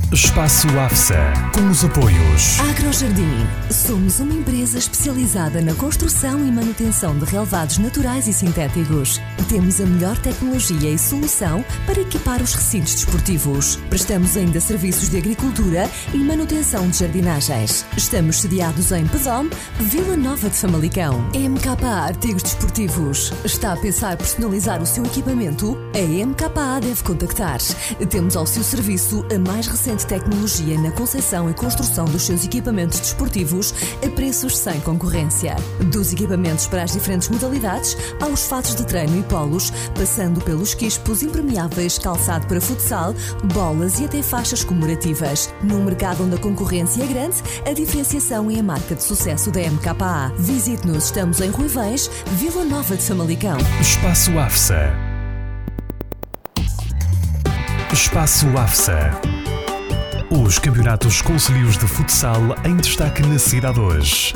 Espaço AFSA, com os apoios Agrojardim. Somos uma empresa especializada na construção e manutenção de relevados naturais e sintéticos. Temos a melhor tecnologia e solução para equipar os recintos desportivos. Prestamos ainda serviços de agricultura e manutenção de jardinagens. Estamos sediados em Pedome, Vila Nova de Famalicão. MKA Artigos Desportivos. Está a pensar personalizar o seu equipamento? A MKA deve contactar. Temos ao seu serviço a mais recente tecnologia na concepção e construção dos seus equipamentos desportivos a preços sem concorrência. Dos equipamentos para as diferentes modalidades, aos fatos de treino e polos, passando pelos quispos impermeáveis, calçado para futsal, bolas e até faixas comemorativas. Num mercado onde a concorrência é grande, a diferenciação é a marca de sucesso da MKA. Visite-nos, estamos em Ruivães, Vila Nova de Famalicão. Espaço AFSA. Espaço AFSA. Os campeonatos concelhios de futsal em destaque na cidade hoje.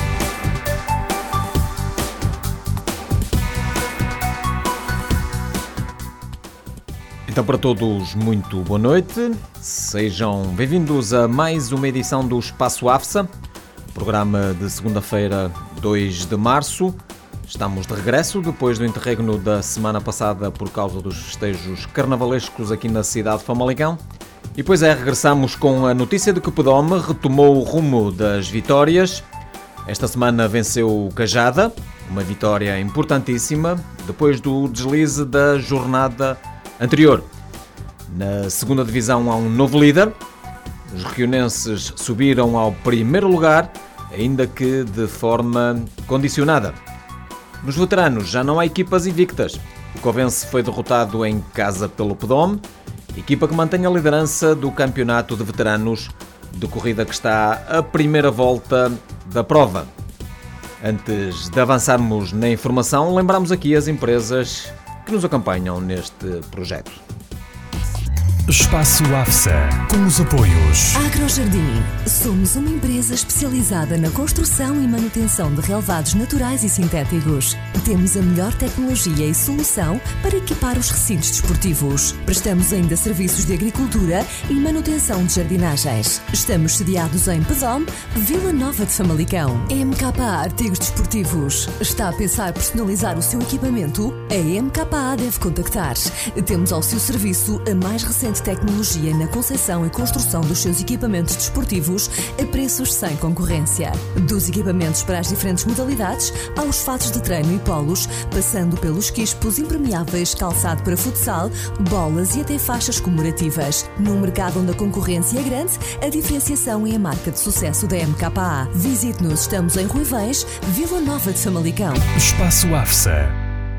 Então, para todos, muito boa noite. Sejam bem-vindos a mais uma edição do Espaço AFSA, programa de segunda-feira, 2 de março. Estamos de regresso depois do interregno da semana passada por causa dos festejos carnavalescos aqui na cidade de Famalicão. E pois é, regressamos com a notícia de que o Pedome retomou o rumo das vitórias. Esta semana venceu o Cajada, uma vitória importantíssima, depois do deslize da jornada anterior. Na segunda divisão há um novo líder. Os rionenses subiram ao primeiro lugar, ainda que de forma condicionada. Nos veteranos já não há equipas invictas. O Covense foi derrotado em casa pelo Pedome, equipa que mantém a liderança do campeonato de veteranos de corrida que está à primeira volta da prova. Antes de avançarmos na informação, lembramos aqui as empresas que nos acompanham neste projeto. Espaço AFSA, com os apoios Agrojardim. Somos uma empresa especializada na construção e manutenção de relevados naturais e sintéticos. Temos a melhor tecnologia e solução para equipar os recintos desportivos. Prestamos ainda serviços de agricultura e manutenção de jardinagens. Estamos sediados em Pedome, Vila Nova de Famalicão. MKA Artigos Desportivos. Está a pensar personalizar o seu equipamento? A MKA deve contactar. Temos ao seu serviço a mais recente tecnologia na concepção e construção dos seus equipamentos desportivos a preços sem concorrência. Dos equipamentos para as diferentes modalidades, aos fatos de treino e polos, passando pelos quispos impermeáveis, calçado para futsal, bolas e até faixas comemorativas. Num mercado onde a concorrência é grande, a diferenciação é a marca de sucesso da MKA. Visite-nos, estamos em Ruivães, Vila Nova de Famalicão. Espaço AFSA.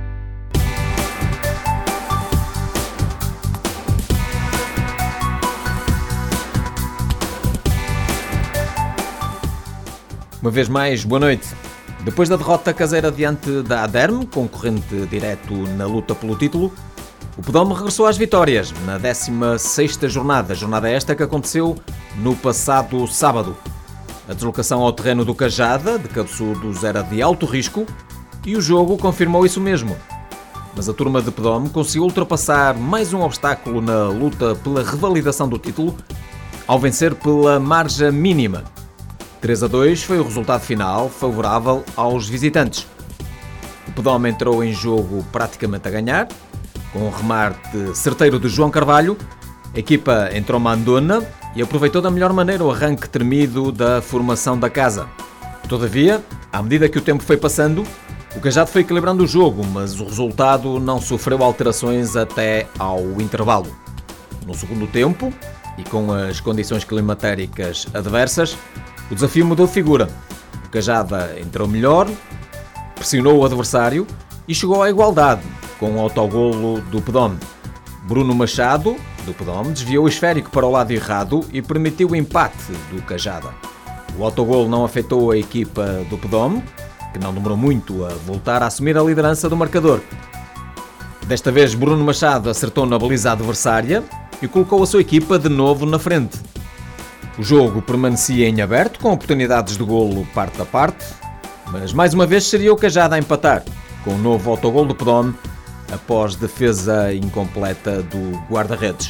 Uma vez mais, boa noite. Depois da derrota caseira diante da Aderme, concorrente direto na luta pelo título, o Pedome regressou às vitórias na 16ª jornada esta que aconteceu no passado sábado. A deslocação ao terreno do Cajada, de Cabeçudos, era de alto risco e o jogo confirmou isso mesmo. Mas a turma de Pedome conseguiu ultrapassar mais um obstáculo na luta pela revalidação do título ao vencer pela margem mínima. 3-2 foi o resultado final, favorável aos visitantes. O Pedome entrou em jogo praticamente a ganhar, com um remate certeiro de João Carvalho. A equipa entrou mandona e aproveitou da melhor maneira o arranque tremido da formação da casa. Todavia, à medida que o tempo foi passando, o Cajado foi equilibrando o jogo, mas o resultado não sofreu alterações até ao intervalo. No segundo tempo, e com as condições climatéricas adversas, o desafio mudou de figura. O Cajada entrou melhor, pressionou o adversário e chegou à igualdade com o autogolo do Pedome. Bruno Machado, do Pedome, desviou o esférico para o lado errado e permitiu o empate do Cajada. O autogolo não afetou a equipa do Pedome, que não demorou muito a voltar a assumir a liderança do marcador. Desta vez, Bruno Machado acertou na baliza adversária e colocou a sua equipa de novo na frente. O jogo permanecia em aberto, com oportunidades de golo parte a parte, mas mais uma vez seria o Cajada a empatar, com um novo autogolo do Pedome, após defesa incompleta do guarda-redes.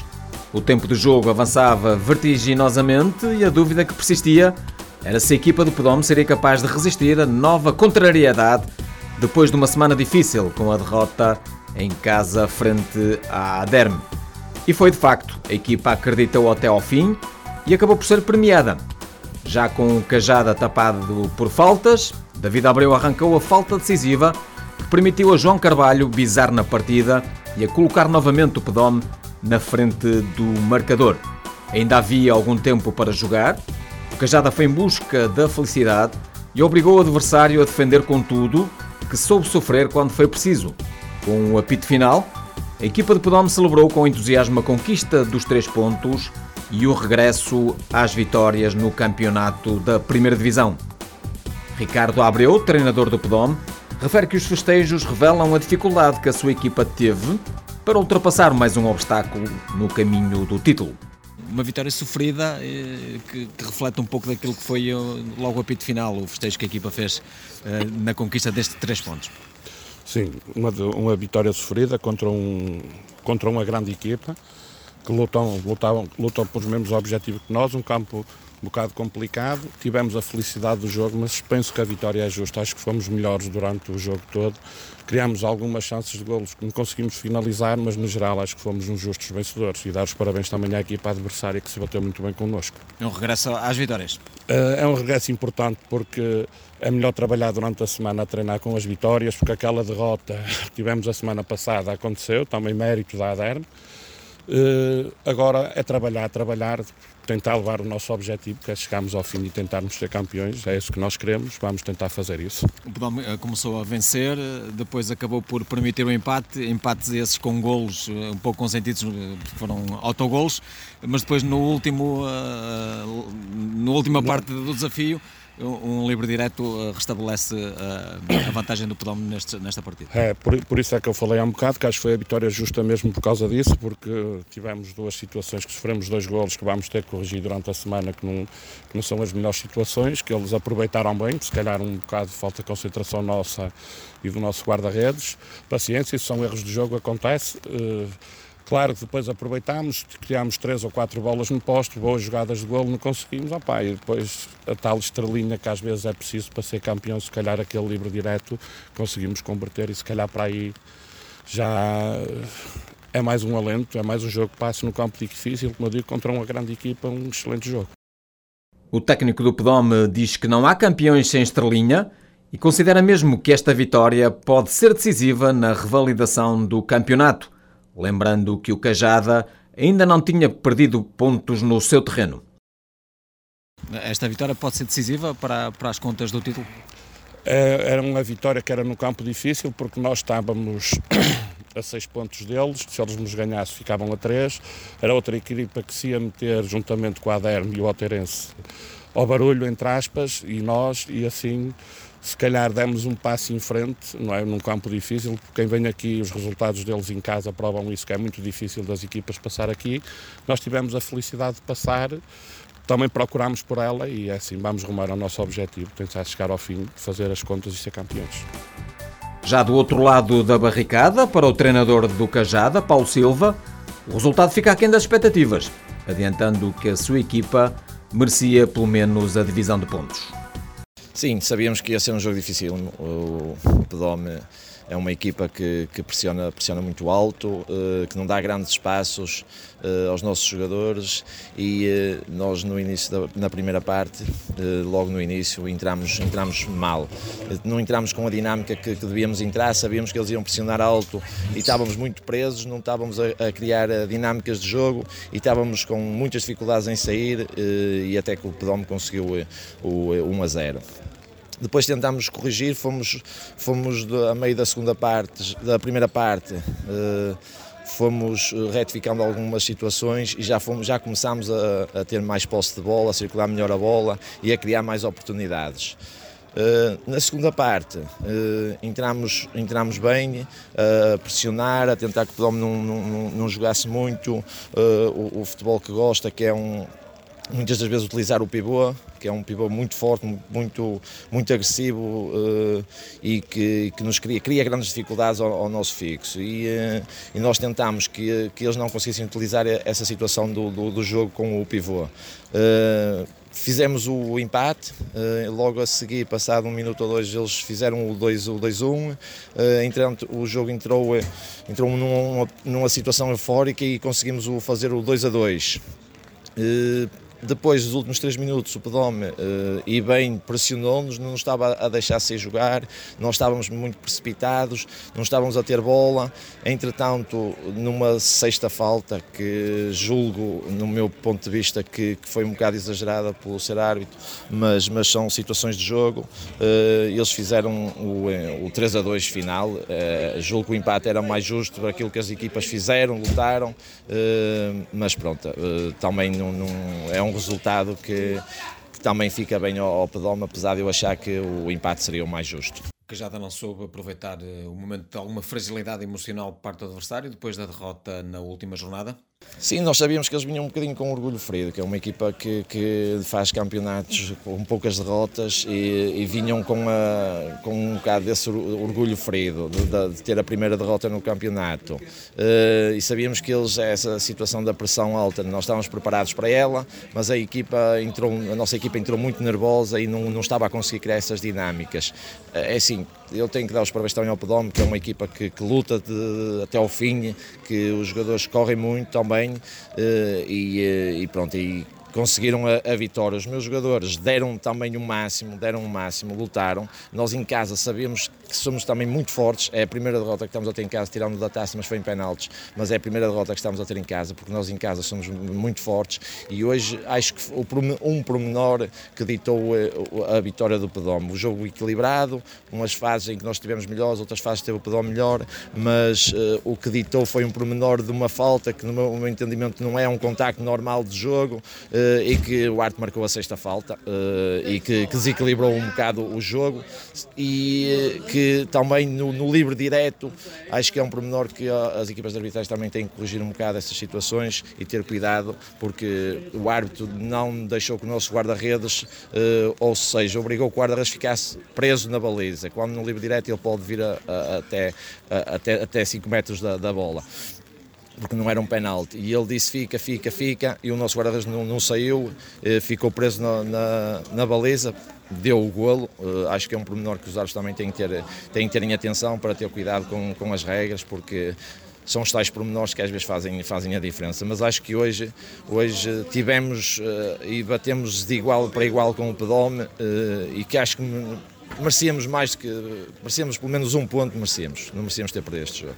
O tempo de jogo avançava vertiginosamente e a dúvida que persistia era se a equipa do Podome seria capaz de resistir a nova contrariedade depois de uma semana difícil com a derrota em casa frente à Aderme. E foi de facto, a equipa acreditou até ao fim e acabou por ser premiada. Já com o Cajada tapado por faltas, David Abreu arrancou a falta decisiva que permitiu a João Carvalho bisar na partida e a colocar novamente o Podome na frente do marcador. Ainda havia algum tempo para jogar, o Cajada foi em busca da felicidade e obrigou o adversário a defender com tudo, que soube sofrer quando foi preciso. Com o apito final, a equipa de Podome celebrou com entusiasmo a conquista dos 3 pontos e o regresso às vitórias no campeonato da Primeira Divisão. Ricardo Abreu, treinador do Podome, refere que os festejos revelam a dificuldade que a sua equipa teve para ultrapassar mais um obstáculo no caminho do título. Uma vitória sofrida que reflete um pouco daquilo que foi logo o apito final, o festejo que a equipa fez na conquista destes 3 pontos. Sim, uma vitória sofrida contra uma grande equipa que lutam pelos mesmos objetivos que nós, um campo um bocado complicado. Tivemos a felicidade do jogo, mas penso que a vitória é justa. Acho que fomos melhores durante o jogo todo. Criámos algumas chances de golos que não conseguimos finalizar, mas no geral acho que fomos uns justos vencedores. E dar os parabéns também à equipa adversária que se bateu muito bem connosco. É um regresso às vitórias? É um regresso importante porque é melhor trabalhar durante a semana a treinar com as vitórias, porque aquela derrota que tivemos a semana passada aconteceu, também mérito da Aderme. Agora é trabalhar, tentar levar o nosso objetivo, que é chegarmos ao fim e tentarmos ser campeões. É isso que nós queremos, vamos tentar fazer isso. O Podome começou a vencer, depois acabou por permitir o empate, empates esses com golos um pouco consentidos, foram autogolos, mas depois na última parte do desafio, um livre direto restabelece a vantagem do Podome nesta partida. Por isso é que eu falei há um bocado, que acho que foi a vitória justa mesmo por causa disso, porque tivemos 2 situações que sofremos 2 golos que vamos ter que corrigir durante a semana, que não são as melhores situações, que eles aproveitaram bem, se calhar um bocado de falta de concentração nossa e do nosso guarda-redes. Paciência, isso são erros de jogo, acontece. Claro que depois aproveitámos, criámos 3 ou 4 bolas no posto, boas jogadas de golo, não conseguimos, e depois a tal estrelinha que às vezes é preciso para ser campeão, se calhar aquele livre direto conseguimos converter e se calhar para aí já é mais um alento, é mais um jogo que passa no campo difícil, como eu digo, contra uma grande equipa, um excelente jogo. O técnico do Podome diz que não há campeões sem estrelinha e considera mesmo que esta vitória pode ser decisiva na revalidação do campeonato, lembrando que o Cajada ainda não tinha perdido pontos no seu terreno. Esta vitória pode ser decisiva para as contas do título? Era uma vitória que era no campo difícil, porque nós estávamos a 6 pontos deles, se eles nos ganhassem ficavam a 3. Era outra equipa que se ia meter juntamente com a Aderme e o Oteirense ao barulho, entre aspas, e assim se calhar demos um passo em frente, não é? Num campo difícil, porque quem vem aqui, os resultados deles em casa provam isso, que é muito difícil das equipas passar aqui. Nós tivemos a felicidade de passar, também procurámos por ela e é assim, vamos rumar ao nosso objetivo, tentar chegar ao fim, fazer as contas e ser campeões. Já do outro lado da barricada, para o treinador do Cajada, Paulo Silva, o resultado fica aquém das expectativas, adiantando que a sua equipa merecia pelo menos a divisão de pontos. Sim, sabíamos que ia ser um jogo difícil. O Podome é uma equipa que pressiona muito alto, que não dá grandes espaços aos nossos jogadores e nós no início na primeira parte, logo no início, entramos mal. Não entramos com a dinâmica que devíamos entrar, sabíamos que eles iam pressionar alto e estávamos muito presos, não estávamos a criar dinâmicas de jogo e estávamos com muitas dificuldades em sair e até que o Podome conseguiu o 1-0. Depois tentámos corrigir, fomos a meio da primeira parte, fomos retificando algumas situações e já começámos a ter mais posse de bola, a circular melhor a bola e a criar mais oportunidades. Na segunda parte entramos bem, a pressionar, a tentar que o Podome não jogasse muito o futebol que gosta, que é muitas das vezes utilizar o pivô, que é um pivô muito forte, muito agressivo e que nos cria grandes dificuldades ao nosso fixo. E nós tentámos que eles não conseguissem utilizar essa situação do jogo com o pivô. Fizemos o empate, logo a seguir, passado 1 minuto ou 2, eles fizeram o 2-1, entretanto o jogo entrou numa situação eufórica e conseguimos fazer o 2-2. Depois dos últimos 3 minutos o Pedome e bem pressionou-nos, não nos estava a deixar sair jogar, nós estávamos muito precipitados, não estávamos a ter bola. Entretanto, numa sexta falta, que julgo, no meu ponto de vista, que foi um bocado exagerada pelo ser árbitro, mas são situações de jogo, eles fizeram o 3-2 final. Julgo que o empate era mais justo para aquilo que as equipas fizeram, lutaram, mas pronto, também não é um resultado que também fica bem ao Pedome, apesar de eu achar que o empate seria o mais justo. Cajada não soube aproveitar o momento de alguma fragilidade emocional por parte do adversário depois da derrota na última jornada? Sim, nós sabíamos que eles vinham um bocadinho com orgulho ferido, que é uma equipa que faz campeonatos com poucas derrotas e vinham com um bocado desse orgulho ferido de ter a primeira derrota no campeonato. E sabíamos que eles, essa situação da pressão alta, nós estávamos preparados para ela, mas a nossa equipa entrou muito nervosa e não estava a conseguir criar essas dinâmicas. É assim, eu tenho que dar os parabéns também ao Pedome, que é uma equipa que luta até ao fim, que os jogadores correm muito também e pronto, e conseguiram a vitória. Os meus jogadores deram também o máximo, lutaram. Nós em casa sabemos que somos também muito fortes. É a primeira derrota que estamos a ter em casa, tirando da taça, mas foi em penaltis, mas é a primeira derrota que estamos a ter em casa, porque nós em casa somos muito fortes e hoje acho que um pormenor que ditou a vitória do Pedome. O jogo equilibrado, umas fases em que nós tivemos melhores, outras fases teve o Pedome melhor, mas o que ditou foi um pormenor de uma falta que no meu entendimento não é um contacto normal de jogo, e que o Arte marcou a sexta falta e que desequilibrou um bocado o jogo e que também no livre direto acho que é um pormenor que as equipas de arbitrais também têm que corrigir um bocado essas situações e ter cuidado, porque o árbitro não deixou que o nosso guarda-redes, ou seja, obrigou que o guarda-redes ficasse preso na baliza, quando no livre direto ele pode vir até 5 metros da bola, porque não era um penalti, e ele disse fica, e o nosso guarda-redes não saiu, ficou preso na baliza, deu o golo. Acho que é um pormenor que os árbitros também têm que ter em atenção para ter cuidado com as regras, porque são os tais pormenores que às vezes fazem a diferença, mas acho que hoje tivemos e batemos de igual para igual com o Pedome, e que acho que merecíamos pelo menos um ponto, não merecíamos ter perdido este jogo.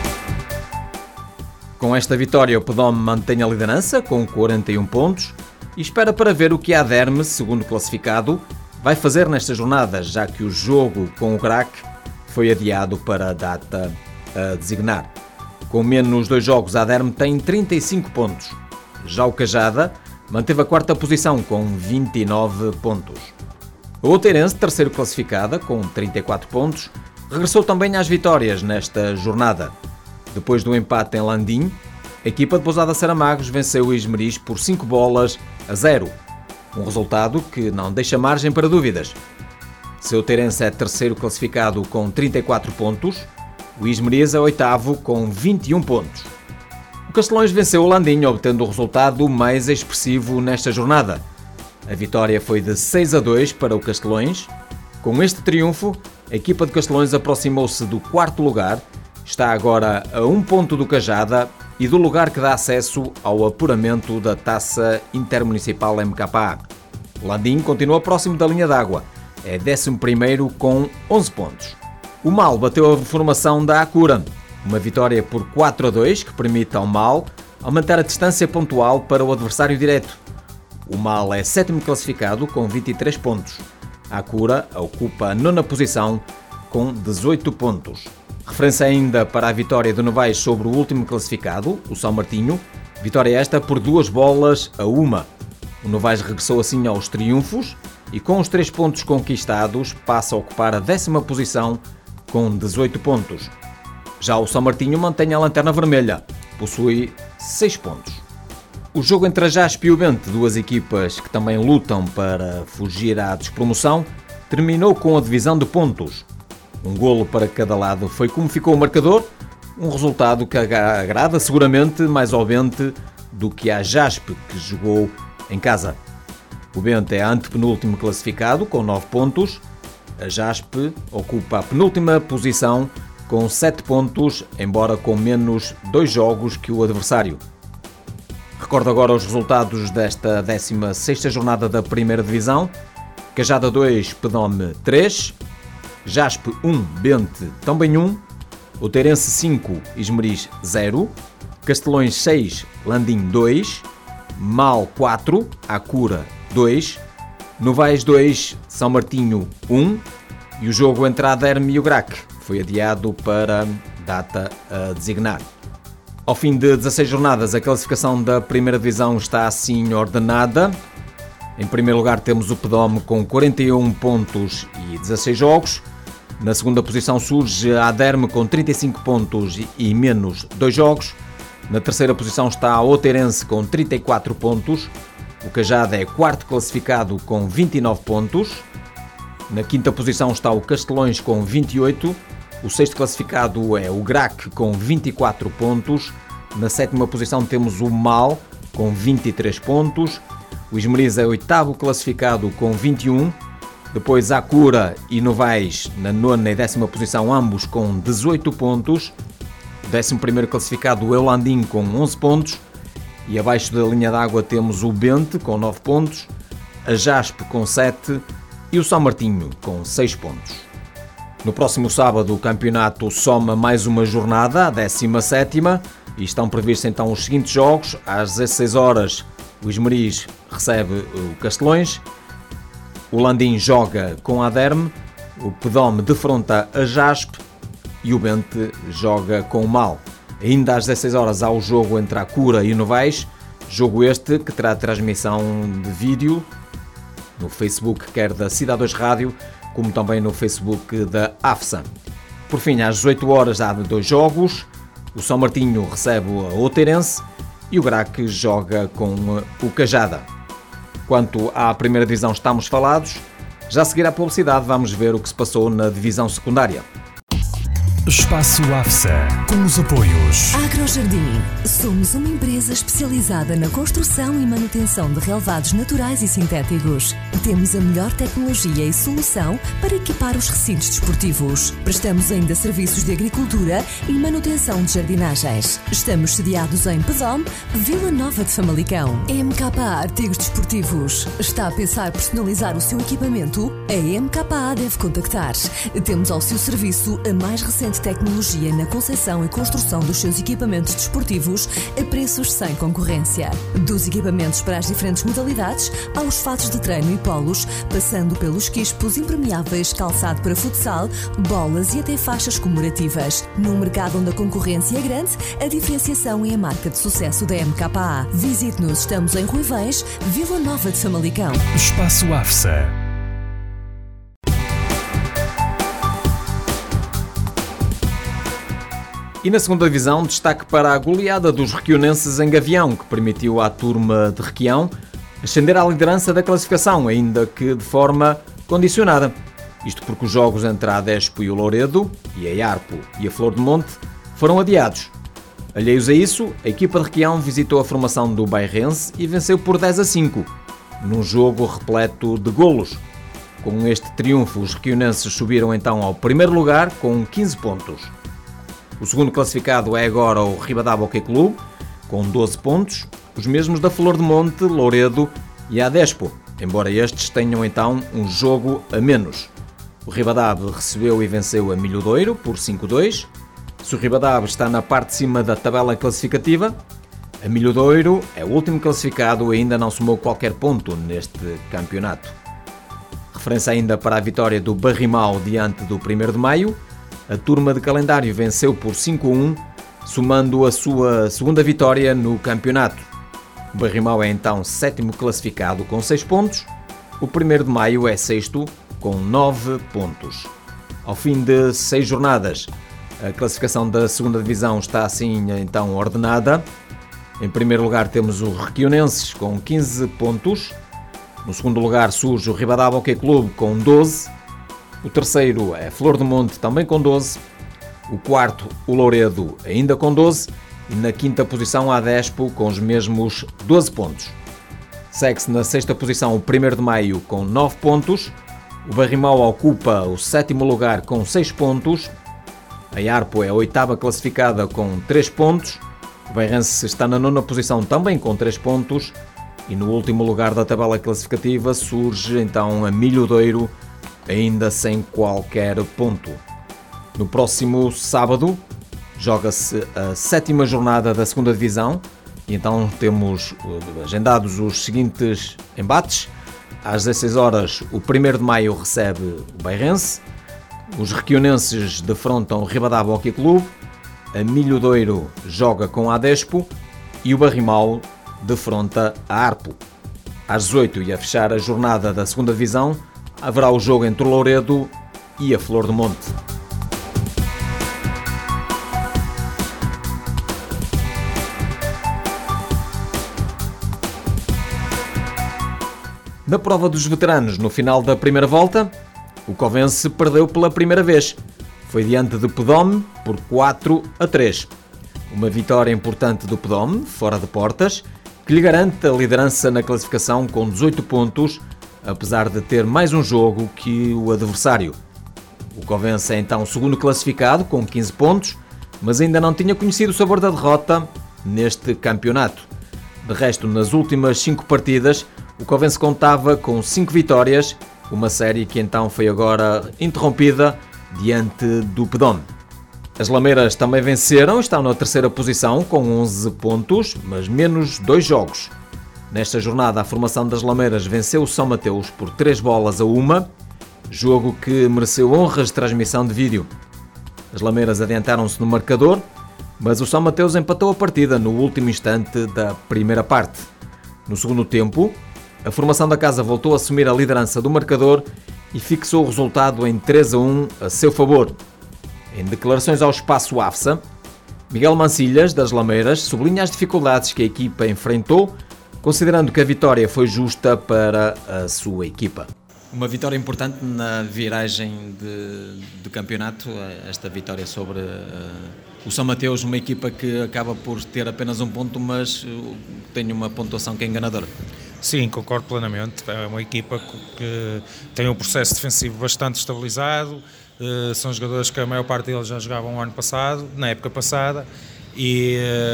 Com esta vitória, o Pedome mantém a liderança com 41 pontos e espera para ver o que a Aderme, segundo classificado, vai fazer nesta jornada, já que o jogo com o Grac foi adiado para a data a designar. Com menos 2 jogos, a Aderme tem 35 pontos. Já o Cajada manteve a quarta posição com 29 pontos. A Outeirense, terceiro classificada, com 34 pontos, regressou também às vitórias nesta jornada. Depois do empate em Landim, a equipa de Pousada Saramagos venceu o Esmeriz por 5-0, um resultado que não deixa margem para dúvidas. Se o Outeirense é terceiro classificado com 34 pontos, o Esmeriz é oitavo com 21 pontos. O Castelões venceu o Landim, obtendo o resultado mais expressivo nesta jornada. A vitória foi de 6-2 para o Castelões. Com este triunfo, a equipa de Castelões aproximou-se do quarto lugar, está agora a 1 ponto do Cajada e do lugar que dá acesso ao apuramento da Taça Intermunicipal MKA. Landim continua próximo da linha d'água, é 11º com 11 pontos. O Mal bateu a formação da Acura, uma vitória por 4-2 que permite ao Mal aumentar a distância pontual para o adversário direto. O Mal é 7º classificado com 23 pontos. A Acura ocupa a 9ª posição com 18 pontos. Referência ainda para a vitória do Novais sobre o último classificado, o São Martinho, vitória esta por 2-1. O Novais regressou assim aos triunfos e com os 3 pontos conquistados passa a ocupar a 10ª posição com 18 pontos. Já o São Martinho mantém a lanterna vermelha, possui 6 pontos. O jogo entre a JASP e o Bente, duas equipas que também lutam para fugir à despromoção, terminou com a divisão de pontos. Um golo para cada lado foi como ficou o marcador, um resultado que agrada seguramente mais ao Bente do que à JASP, que jogou em casa. O Bente é a antepenúltimo classificado com 9 pontos, a JASP ocupa a penúltima posição com 7 pontos, embora com menos 2 jogos que o adversário. Recordo agora os resultados desta 16ª jornada da primeira divisão. Cajada 2, Pedome 3, JASP 1, Bente também 1, Outeirense 5, Esmeriz 0, Castelões 6, Landim 2, Mal 4, Acura 2, Novais 2, São Martinho 1 e o jogo entre a ADERM e o GRAC foi adiado para data a designar. Ao fim de 16 jornadas, a classificação da primeira divisão está assim ordenada. Em primeiro lugar temos o Pedome com 41 pontos e 16 jogos. Na segunda posição surge a ADERM com 35 pontos e menos 2 jogos. Na terceira posição está a Outeirense com 34 pontos. O Cajada é quarto classificado com 29 pontos. Na quinta posição está o Castelões com 28. O sexto classificado é o GRAC com 24 pontos. Na sétima posição temos o Mal com 23 pontos. O Esmeriz é oitavo classificado com 21. Depois a Acura e Novais na nona e décima posição, ambos com 18 pontos. O 11º classificado é o Landim com 11 pontos. E abaixo da linha d'água temos o Bente com 9 pontos, a JASP com 7 e o São Martinho com 6 pontos. No próximo sábado o campeonato soma mais uma jornada, a 17ª, e estão previstos então os seguintes jogos. Às 16 horas o Esmeriz recebe o Castelões, o Landim joga com a ADERM, o Pedome defronta a JASP e o Bente joga com o Mal. Ainda às 16 horas há o jogo entre a Acura e o Novais, jogo este que terá transmissão de vídeo no Facebook, quer da Cidade 2 Rádio, como também no Facebook da AFSA. Por fim, às 18 horas há 2 jogos, o São Martinho recebe a Outeirense e o GRAC joga com o Cajada. Quanto à primeira divisão estamos falados, já a seguir à publicidade vamos ver o que se passou na divisão secundária. Espaço AFSA, com os apoios Agrojardim. Somos uma empresa especializada na construção e manutenção de relevados naturais e sintéticos. Temos a melhor tecnologia e solução para equipar os recintos desportivos. Prestamos ainda serviços de agricultura e manutenção de jardinagens. Estamos sediados em Pedome, Vila Nova de Famalicão. MKA Artigos Desportivos. Está a pensar personalizar o seu equipamento? A MKA deve contactar. Temos ao seu serviço a mais recente tecnologia na concepção e construção dos seus equipamentos desportivos a preços sem concorrência. Dos equipamentos para as diferentes modalidades, aos fatos de treino e polos, passando pelos quispos impermeáveis, calçado para futsal, bolas e até faixas comemorativas. Num mercado onde a concorrência é grande, a diferenciação é a marca de sucesso da MKA. Visite-nos, estamos em Ruivães, Vila Nova de Famalicão. Espaço AFSA. E na segunda divisão, destaque para a goleada dos requionenses em Gavião, que permitiu à turma de Requião ascender à liderança da classificação, ainda que de forma condicionada. Isto porque os jogos entre a Adespo e o Louredo, e a Iarpo e a Flor de Monte, foram adiados. Alheios a isso, a equipa de Requião visitou a formação do Bairrense e venceu por 10-5, num jogo repleto de golos. Com este triunfo, os requionenses subiram então ao primeiro lugar com 15 pontos. O segundo classificado é agora o Ribadavia Hockey Clube, com 12 pontos, os mesmos da Flor de Monte, Louredo e a Adespo, embora estes tenham então um jogo a menos. O Ribadavia recebeu e venceu a Milhodoiro por 5-2. Se o Ribadavia está na parte de cima da tabela classificativa, a Milhodoiro é o último classificado e ainda não somou qualquer ponto neste campeonato. Referência ainda para a vitória do Barrimau diante do 1º de Maio. A turma de calendário venceu por 5-1, somando a sua segunda vitória no campeonato. O Barrimau é então 7º classificado com 6 pontos. O 1º de Maio é 6º com 9 pontos. Ao fim de 6 jornadas, a classificação da segunda divisão está assim então ordenada. Em primeiro lugar temos o Requionenses com 15 pontos. No segundo lugar surge o Ribadava Hockey Clube com 12. O terceiro é Flor do Monte, também com 12. O quarto, o Louredo, ainda com 12. E na quinta posição, a Adespo, com os mesmos 12 pontos. Segue-se na sexta posição o 1º de Maio com 9 pontos. O Barrimão ocupa o sétimo lugar com 6 pontos. A Arpo é a oitava classificada com 3 pontos. O Beirense está na nona posição também com 3 pontos. E no último lugar da tabela classificativa surge então a Milhodeiro, ainda sem qualquer ponto. No próximo sábado joga-se a 7ª jornada da 2ª Divisão e então temos agendados os seguintes embates. Às 16 horas o 1º de Maio recebe o Beirense, os Requionenses defrontam o Ribadava Hockey Clube, a Milhodeiro joga com a Adespo e o Barrimau defronta a Arpo. Às 18 e a fechar a jornada da 2ª Divisão haverá o jogo entre o Louredo e a Flor do Monte. Na prova dos veteranos, no final da primeira volta, o Covense perdeu pela primeira vez. Foi diante de Pedome por 4-3. Uma vitória importante do Pedome, fora de portas, que lhe garante a liderança na classificação com 18 pontos, apesar de ter mais um jogo que o adversário. O Covense é então o segundo classificado com 15 pontos, mas ainda não tinha conhecido o sabor da derrota neste campeonato. De resto, nas últimas 5 partidas, o Covense contava com 5 vitórias, uma série que então foi agora interrompida diante do Pedome. As Lameiras também venceram, estão na 3ª posição com 11 pontos, mas menos 2 jogos. Nesta jornada, a formação das Lameiras venceu o São Mateus por 3-1, jogo que mereceu honras de transmissão de vídeo. As Lameiras adiantaram-se no marcador, mas o São Mateus empatou a partida no último instante da primeira parte. No segundo tempo, a formação da casa voltou a assumir a liderança do marcador e fixou o resultado em 3-1 a seu favor. Em declarações ao Espaço AFSA, Miguel Mancilhas, das Lameiras, sublinha as dificuldades que a equipa enfrentou, considerando que a vitória foi justa para a sua equipa. Uma vitória importante na viragem de campeonato, esta vitória sobre o São Mateus, uma equipa que acaba por ter apenas um ponto, mas tem uma pontuação que é enganadora. Sim, concordo plenamente. É uma equipa que tem um processo defensivo bastante estabilizado. São jogadores que a maior parte deles já jogavam no ano passado, na época passada, e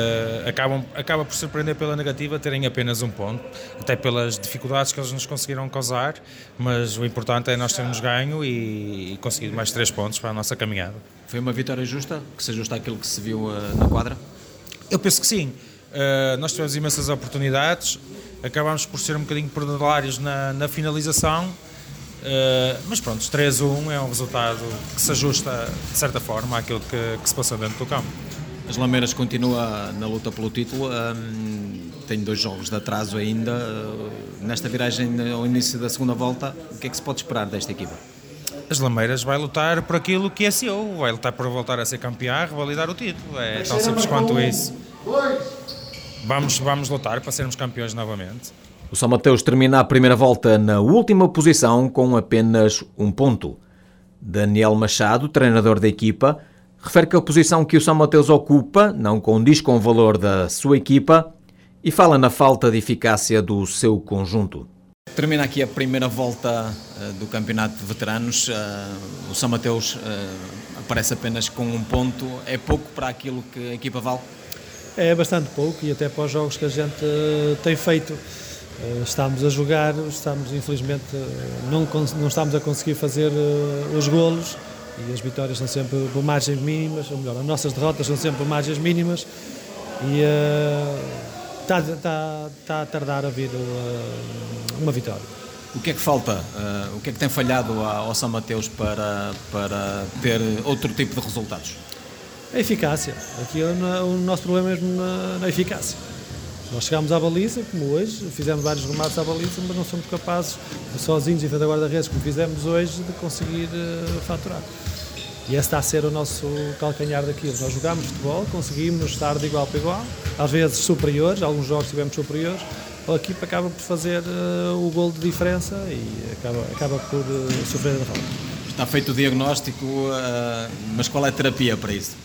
acaba por surpreender pela negativa terem apenas um ponto, até pelas dificuldades que eles nos conseguiram causar, mas o importante é nós termos ganho e conseguir mais 3 pontos para a nossa caminhada. Foi uma vitória justa? Que se ajusta àquilo que se viu na quadra? Eu penso que sim. Nós tivemos imensas oportunidades, acabámos por ser um bocadinho perdulários na finalização, mas pronto, 3-1 é um resultado que se ajusta de certa forma àquilo que se passou dentro do campo. As Lameiras continua na luta pelo título, tem 2 jogos de atraso ainda. Nesta viragem ao início da segunda volta, o que é que se pode esperar desta equipa? As Lameiras vai lutar por aquilo que é seu, vai lutar por voltar a ser campeã, revalidar o título, é tão simples quanto isso. Vamos lutar para sermos campeões novamente. O São Mateus termina a primeira volta na última posição com apenas 1 ponto. Daniel Machado, treinador da equipa, refere que a posição que o São Mateus ocupa não condiz com o valor da sua equipa e fala na falta de eficácia do seu conjunto. Termina aqui a primeira volta do Campeonato de Veteranos. O São Mateus aparece apenas com 1 ponto. É pouco para aquilo que a equipa vale? É bastante pouco e até para os jogos que a gente tem feito. Estamos a jogar, infelizmente não estamos a conseguir fazer os golos e as vitórias são sempre por margens mínimas, ou melhor, as nossas derrotas são sempre por margens mínimas e está a tardar a vir uma vitória. O que é que falta? O que é que tem falhado ao São Mateus para ter outro tipo de resultados? A eficácia. Aqui o nosso problema é mesmo na eficácia. Nós chegámos à baliza, como hoje, fizemos vários remates à baliza, mas não somos capazes, sozinhos em frente a guarda-redes, como fizemos hoje, de conseguir faturar. E esse está a ser o nosso calcanhar daquilo. Nós jogamos futebol, conseguimos estar de igual para igual, às vezes superiores, alguns jogos tivemos superiores, a equipa acaba por fazer o gol de diferença e acaba por sofrer a derrota. Está feito o diagnóstico, mas qual é a terapia para isso?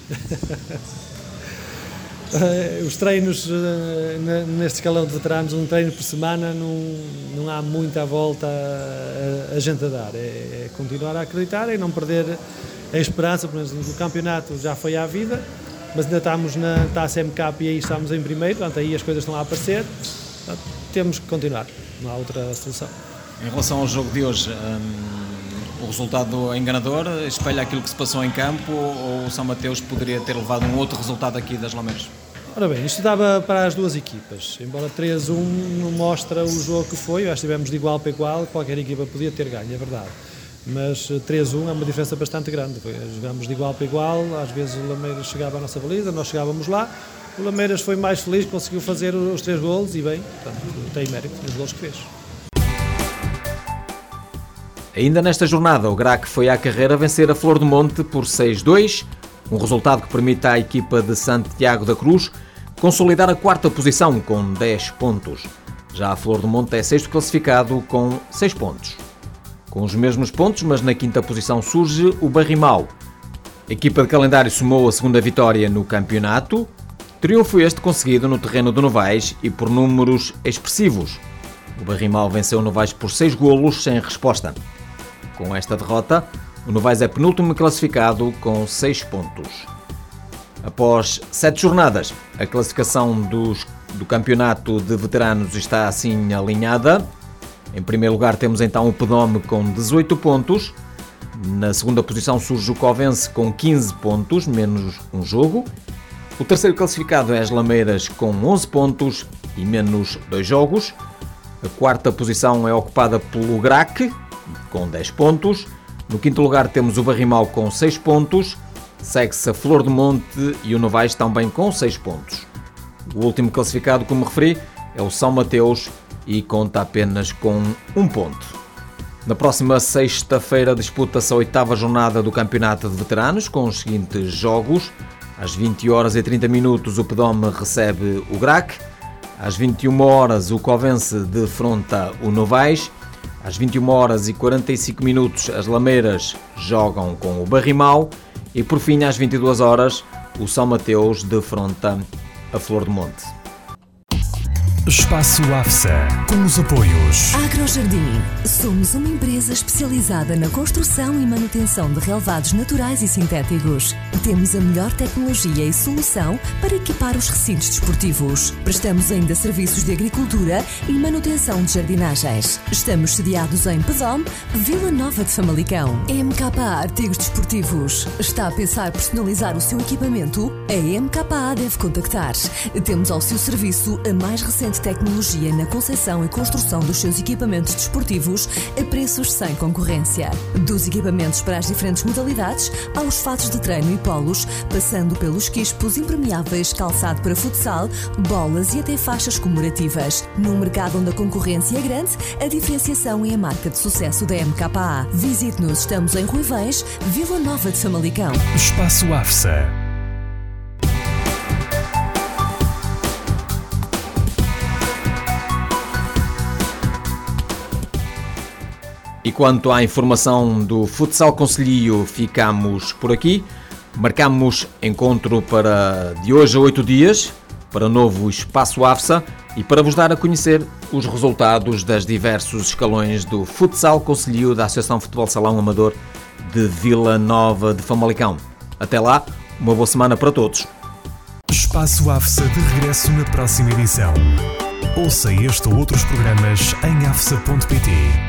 Os treinos neste escalão de veteranos, um treino por semana, não há muita volta a gente a dar. É continuar a acreditar e não perder a esperança. Por exemplo, no campeonato já foi à vida, mas ainda estamos na Taça MK e aí estamos em primeiro, portanto aí as coisas estão a aparecer. Portanto, temos que continuar, não há outra solução. Em relação ao jogo de hoje, o resultado enganador espelha aquilo que se passou em campo, ou o São Mateus poderia ter levado um outro resultado aqui das Lameiras? Ora bem, isto dava para as duas equipas, embora 3-1 não mostra o jogo que foi, nós estivemos de igual para igual, qualquer equipa podia ter ganho, é verdade, mas 3-1 é uma diferença bastante grande, jogámos de igual para igual, às vezes o Lameiras chegava à nossa baliza, nós chegávamos lá, o Lameiras foi mais feliz, conseguiu fazer os 3 golos e bem, portanto, tem mérito nos golos que fez. Ainda nesta jornada, o GRAC foi à carreira vencer a Flor do Monte por 6-2, um resultado que permite à equipa de Santiago da Cruz consolidar a 4ª posição com 10 pontos. Já a Flor do Monte é 6º classificado com 6 pontos. Com os mesmos pontos, mas na 5ª posição surge o Barrimal. A equipa de Calendário somou a 2ª vitória no campeonato, triunfo este conseguido no terreno do Novais e por números expressivos. O Barrimal venceu o Novais por 6 golos sem resposta. Com esta derrota, o Novais é penúltimo classificado com 6 pontos. Após 7 jornadas, a classificação do campeonato de veteranos está assim alinhada. Em primeiro lugar temos então o Pedome com 18 pontos. Na 2ª posição surge o Covense com 15 pontos, menos um jogo. O 3º classificado é as Lameiras com 11 pontos e menos 2 jogos. A 4ª posição é ocupada pelo GRAC, com 10 pontos. No 5º lugar temos o Barrimal com 6 pontos. Segue-se a Flor do Monte e o Novais também com 6 pontos. O último classificado, como referi, é o São Mateus e conta apenas com 1 ponto. Na próxima sexta-feira disputa-se a 8ª jornada do Campeonato de Veteranos com os seguintes jogos. Às 20h30 o Pedome recebe o GRAC. Às 21h o Covense defronta o Novais. Às 21h45 as Lameiras jogam com o Barrimal. E por fim, às 22h, o São Mateus defronta a Flor do Monte. Espaço AFSA, com os apoios Agrojardim. Somos uma empresa especializada na construção e manutenção de relevados naturais e sintéticos. Temos a melhor tecnologia e solução para equipar os recintos desportivos. Prestamos ainda serviços de agricultura e manutenção de jardinagens. Estamos sediados em Pedome, Vila Nova de Famalicão. MKA Artigos Desportivos. Está a pensar personalizar o seu equipamento? A MKA deve contactar. Temos ao seu serviço a mais recente tecnologia na concepção e construção dos seus equipamentos desportivos a preços sem concorrência. Dos equipamentos para as diferentes modalidades, aos fatos de treino e polos, passando pelos quispos impermeáveis, calçado para futsal, bolas e até faixas comemorativas. Num mercado onde a concorrência é grande, a diferenciação é a marca de sucesso da MKA. Visite-nos, estamos em Ruivães, Vila Nova de Famalicão. Espaço AFSA. E quanto à informação do Futsal Concelhio, ficamos por aqui. Marcamos encontro para de hoje a 8 dias, para o novo Espaço AFSA e para vos dar a conhecer os resultados das diversos escalões do Futsal Concelhio da Associação Futebol Salão Amador de Vila Nova de Famalicão. Até lá, uma boa semana para todos. Espaço AFSA de regresso na próxima edição. Ouça este ou outros programas em afsa.pt.